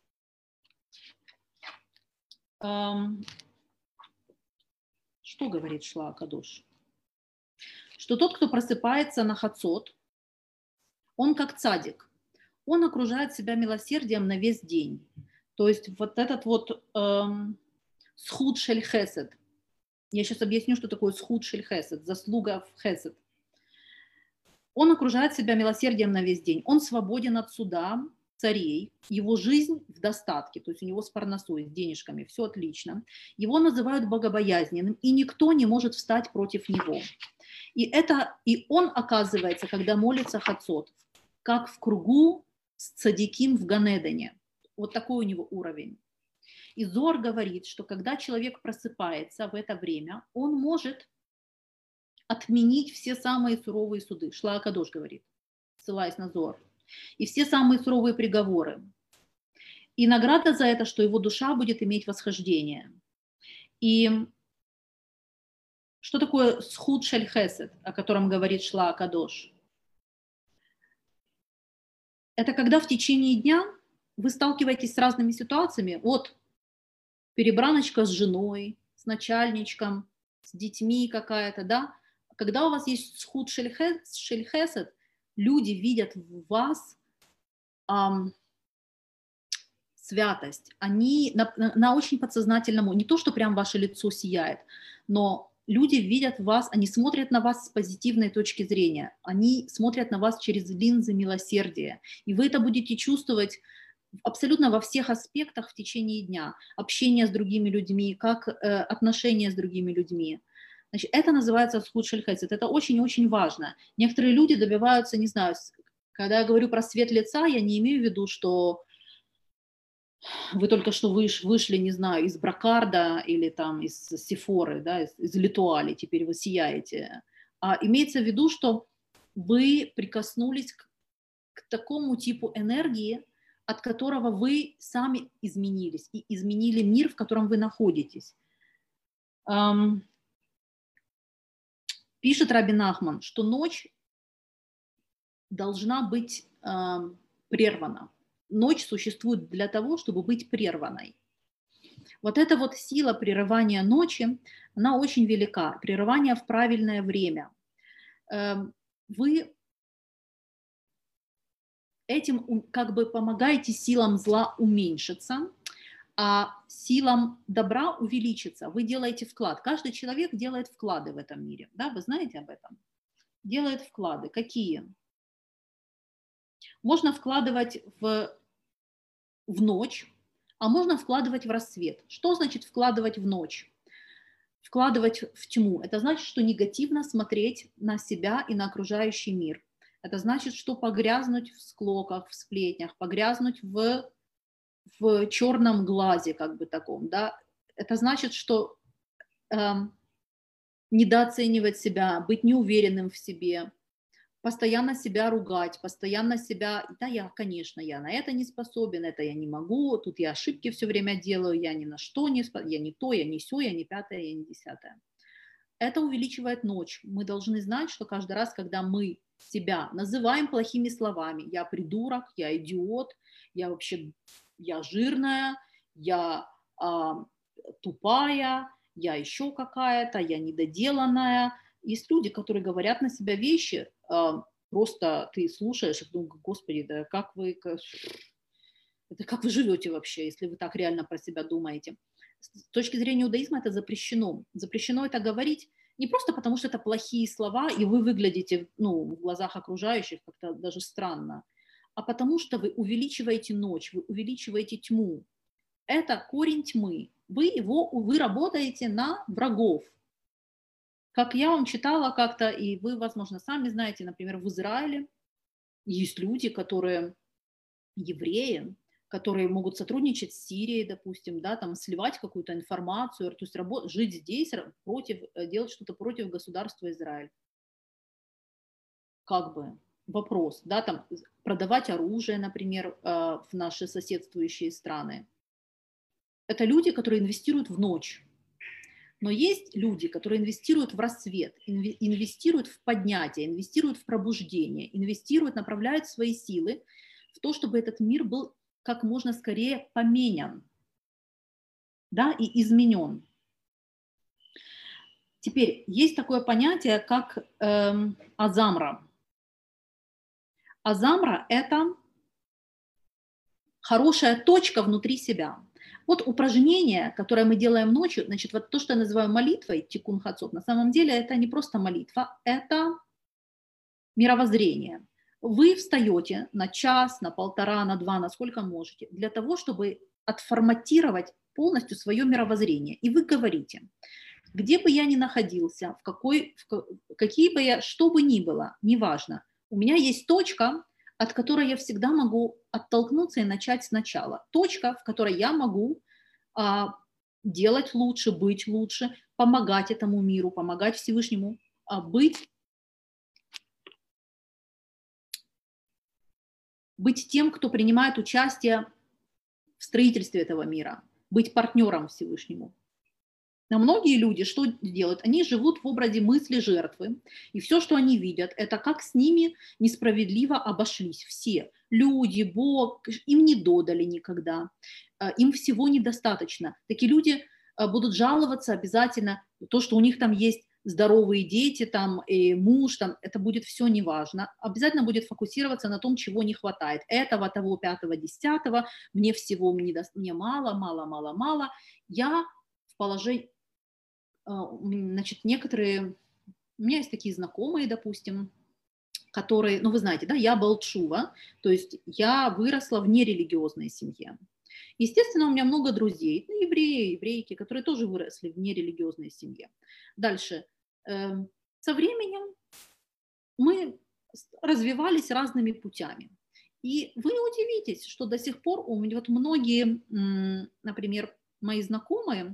Speaker 1: эм, что говорит Шлаа Кадош? Что тот, кто просыпается на хацот, он как цадик, он окружает себя милосердием на весь день. То есть вот этот вот эм, схуд шель хесед, я сейчас объясню, что такое схуд шель хесед, заслуга в хесед. Он окружает себя милосердием на весь день, он свободен от суда царей, его жизнь в достатке, то есть у него с парносой, с денежками, все отлично. Его называют богобоязненным, и никто не может встать против него. И, это, и он оказывается, когда молится хацот, как в кругу с цадиким в Ганедане. Вот такой у него уровень. И Зор говорит, что когда человек просыпается в это время, он может отменить все самые суровые суды. Шлаа Кадош говорит, ссылаясь на Зор. И все самые суровые приговоры. И награда за это, что его душа будет иметь восхождение. И что такое схуд шель хесед, о котором говорит Шлаа Кадош? Это когда в течение дня вы сталкиваетесь с разными ситуациями. Вот перебраночка с женой, с начальничком, с детьми какая-то, да. Когда у вас есть схуд шель хесед, люди видят в вас ам, святость. Они на, на, на очень подсознательном, не то, что прям ваше лицо сияет, но люди видят вас, они смотрят на вас с позитивной точки зрения, они смотрят на вас через линзы милосердия, и вы это будете чувствовать абсолютно во всех аспектах в течение дня. Общение с другими людьми, как э, отношения с другими людьми. Значит, это называется схуд шель хесед. Это очень-очень важно. Некоторые люди добиваются, не знаю, когда я говорю про цвет лица, я не имею в виду, что вы только что выш, вышли, не знаю, из брокарда или там из Сефоры, да, из, из Литуали, теперь вы сияете. А имеется в виду, что вы прикоснулись к, к такому типу энергии, от которого вы сами изменились и изменили мир, в котором вы находитесь. Эм, пишет Раби Нахман, что ночь должна быть эм, прервана. Ночь существует для того, чтобы быть прерванной. Вот эта вот сила прерывания ночи, она очень велика. Прерывание в правильное время. Вы этим как бы помогаете силам зла уменьшиться, а силам добра увеличиться. Вы делаете вклад. Каждый человек делает вклады в этом мире. Да, вы знаете об этом? Делает вклады. Какие? Можно вкладывать в в ночь, а можно вкладывать в рассвет. Что значит вкладывать в ночь? Вкладывать в тьму. Это значит, что негативно смотреть на себя и на окружающий мир. Это значит, что погрязнуть в склоках, в сплетнях, погрязнуть в, в черном глазе, как бы таком. Да? Это значит, что э, недооценивать себя, быть неуверенным в себе, постоянно себя ругать, постоянно себя, да, я, конечно, я на это не способен, это я не могу, тут я ошибки все время делаю, я ни на что не способен, я не то, я не сё, я не пятое, я не десятое. Это увеличивает ночь. Мы должны знать, что каждый раз, когда мы себя называем плохими словами, я придурок, я идиот, я вообще, я жирная, я а, тупая, я еще какая-то, я недоделанная. Есть люди, которые говорят на себя вещи, просто ты слушаешь и думаешь, господи, да как вы, это как вы живете вообще, если вы так реально про себя думаете. С точки зрения иудаизма это запрещено. Запрещено это говорить не просто потому, что это плохие слова, и вы выглядите, ну, в глазах окружающих как-то даже странно, а потому что вы увеличиваете ночь, вы увеличиваете тьму. Это корень тьмы. Вы, его, вы работаете на врагов. Как я вам читала как-то, и вы, возможно, сами знаете, например, в Израиле есть люди, которые евреи, которые могут сотрудничать с Сирией, допустим, да, там сливать какую-то информацию, то есть рабо- жить здесь против, э, делать что-то против государства Израиль. Как бы вопрос, да, там з- продавать оружие, например, э, в наши соседствующие страны. Это люди, которые инвестируют в ночь. Но есть люди, которые инвестируют в рассвет, инве- инвестируют в поднятие, инвестируют в пробуждение, инвестируют, направляют свои силы в то, чтобы этот мир был как можно скорее поменян, да, и изменен. Теперь есть такое понятие, как эм, азамра. Азамра – это хорошая точка внутри себя. Вот упражнение, которое мы делаем ночью, значит, вот то, что я называю молитвой, тикун хацот, на самом деле это не просто молитва, это мировоззрение. Вы встаете на час, на полтора, на два, на сколько можете, для того, чтобы отформатировать полностью свое мировоззрение. И вы говорите, где бы я ни находился, в какой, в какие бы я, что бы ни было, неважно, у меня есть точка, от которой я всегда могу оттолкнуться и начать сначала. Точка, в которой я могу а, делать лучше, быть лучше, помогать этому миру, помогать Всевышнему, а, быть, быть тем, кто принимает участие в строительстве этого мира, быть партнером Всевышнему. Но многие люди что делают? Они живут в образе мысли жертвы, и все, что они видят, это как с ними несправедливо обошлись все. Люди, Бог, им не додали никогда, им всего недостаточно. Такие люди будут жаловаться обязательно, то, что у них там есть здоровые дети, там, и муж, там, это будет все неважно. Обязательно будет фокусироваться на том, чего не хватает. Этого, того, пятого, десятого, мне всего мне, мне мало, мало, мало, мало. Я в положении... Значит, некоторые, у меня есть такие знакомые, допустим, которые, ну вы знаете, да, я Балтшува, то есть я выросла в нерелигиозной семье. Естественно, у меня много друзей, ну, евреи, еврейки, которые тоже выросли в нерелигиозной семье. Дальше, э, со временем мы развивались разными путями. И вы удивитесь, что до сих пор у меня вот многие, например, мои знакомые,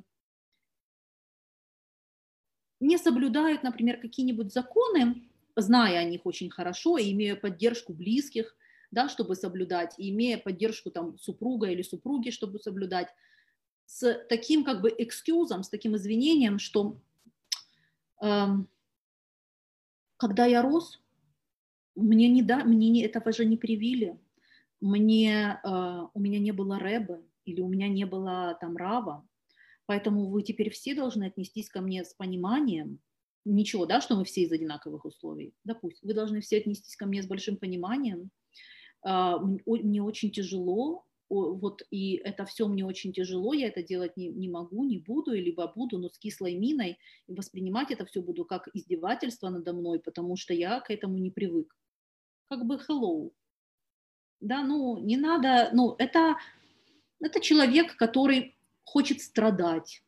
Speaker 1: не соблюдают, например, какие-нибудь законы, зная о них очень хорошо и имея поддержку близких, да, чтобы соблюдать, и имея поддержку там супруга или супруги, чтобы соблюдать, с таким как бы экскьюзом, с таким извинением, что э, когда я рос, мне, не да, мне не, этого же не привили, мне, э, у меня не было рэбы или у меня не было там рава, поэтому вы теперь все должны отнестись ко мне с пониманием. Ничего, да, что мы все из одинаковых условий. Допустим, вы должны все отнестись ко мне с большим пониманием. А, Мне очень тяжело, вот, и это все мне очень тяжело, я это делать не, не могу, не буду, либо буду, но с кислой миной, и воспринимать это все буду как издевательство надо мной, потому что я к этому не привык. Как бы hello. Да, ну, не надо, ну, это, это человек, который хочет страдать,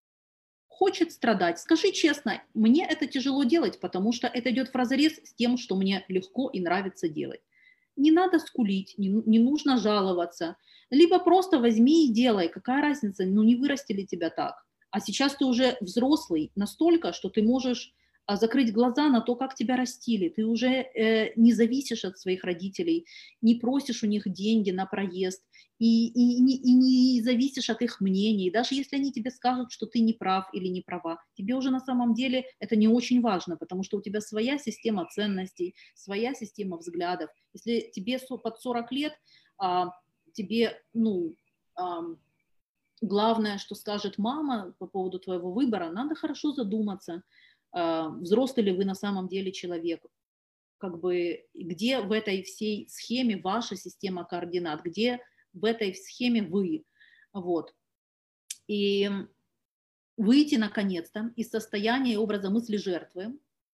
Speaker 1: хочет страдать. Скажи честно, мне это тяжело делать, потому что это идет вразрез с тем, что мне легко и нравится делать. Не надо скулить, не, не нужно жаловаться. Либо просто возьми и делай. Какая разница, ну не вырастили тебя так. А сейчас ты уже взрослый настолько, что ты можешь а, закрыть глаза на то, как тебя растили. Ты уже э, не зависишь от своих родителей, не просишь у них деньги на проезд, и, и, и, не, и не зависишь от их мнений. Даже если они тебе скажут, что ты не прав или не права, тебе уже на самом деле это не очень важно, потому что у тебя своя система ценностей, своя система взглядов. Если тебе под сорок лет, а, тебе, ну, а, главное, что скажет мама по поводу твоего выбора, надо хорошо задуматься, а, взрослый ли вы на самом деле человек, как бы, где в этой всей схеме ваша система координат, где в этой схеме вы, вот. И выйти, наконец-то, из состояния образа мысли жертвы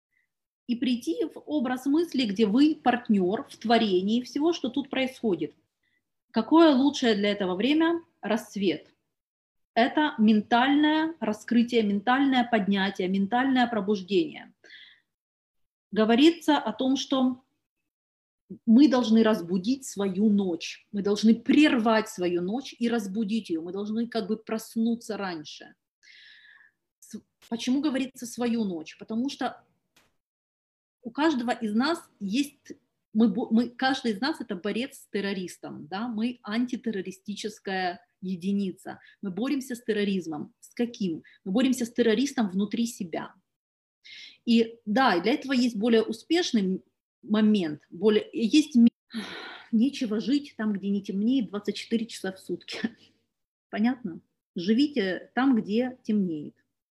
Speaker 1: и прийти в образ мысли, где вы партнер в творении всего, что тут происходит. Какое лучшее для этого время? Рассвет. Это ментальное раскрытие, ментальное поднятие, ментальное пробуждение. Говорится о том, что мы должны разбудить свою ночь, мы должны прервать свою ночь и разбудить ее, мы должны как бы проснуться раньше. Почему говорится свою ночь? Потому что у каждого из нас есть, мы, мы, каждый из нас это борец с террористом, да? Мы антитеррористическая единица, мы боремся с терроризмом. С каким? Мы боремся с террористом внутри себя. И да, для этого есть более успешный момент, более, есть нечего жить там, где не темнеет двадцать четыре часа в сутки. Понятно? Живите там, где темнеет.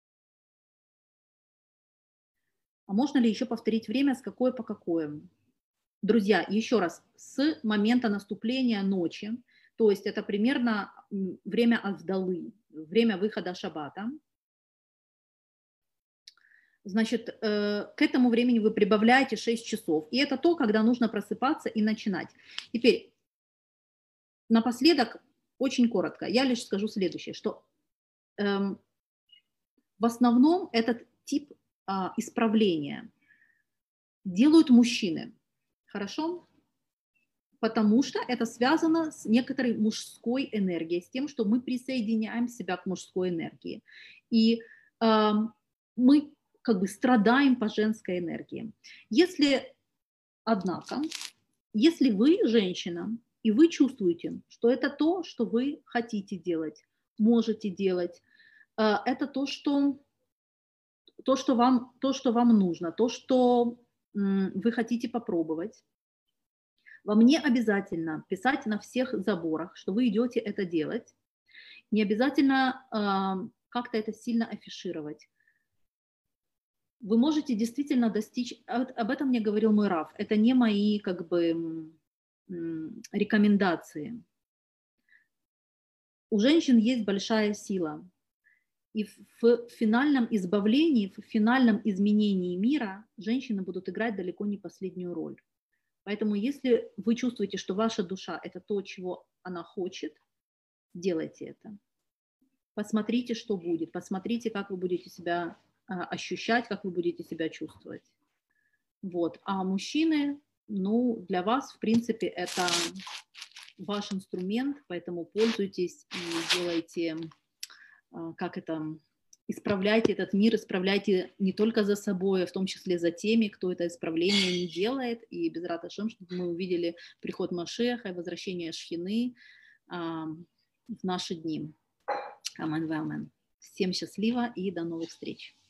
Speaker 1: А можно ли еще повторить время, с какое по какое? Друзья, еще раз, с момента наступления ночи, то есть это примерно время Авдалы, время выхода шаббата. Значит, э, к этому времени вы прибавляете шесть часов. И это то, когда нужно просыпаться и начинать. Теперь, напоследок, очень коротко, я лишь скажу следующее, что эм, в основном этот тип а, исправления делают мужчины. Хорошо? Потому что это связано с некоторой мужской энергией, с тем, что мы присоединяем себя к мужской энергии. И э, мы как бы страдаем по женской энергии. Если, однако, если вы женщина, и вы чувствуете, что это то, что вы хотите делать, можете делать, э, это то, что, то, что вам, то, что вам нужно, то, что э, вы хотите попробовать, вам не обязательно писать на всех заборах, что вы идете это делать. Не обязательно э, как-то это сильно афишировать. Вы можете действительно достичь, об этом мне говорил мой Рав, это не мои как бы рекомендации. У женщин есть большая сила. И в финальном избавлении, в финальном изменении мира женщины будут играть далеко не последнюю роль. Поэтому если вы чувствуете, что ваша душа – это то, чего она хочет, делайте это. Посмотрите, что будет. Посмотрите, как вы будете себя а, ощущать, как вы будете себя чувствовать. Вот. А мужчины, ну, для вас, в принципе, это ваш инструмент, поэтому пользуйтесь и делайте, а, как это... Исправляйте этот мир, исправляйте не только за собой, а в том числе за теми, кто это исправление не делает. И без рат Ашем, чтобы мы увидели приход Машеха и возвращение Шхины а, в наши дни. Амен, амен. Всем счастливо и до новых встреч.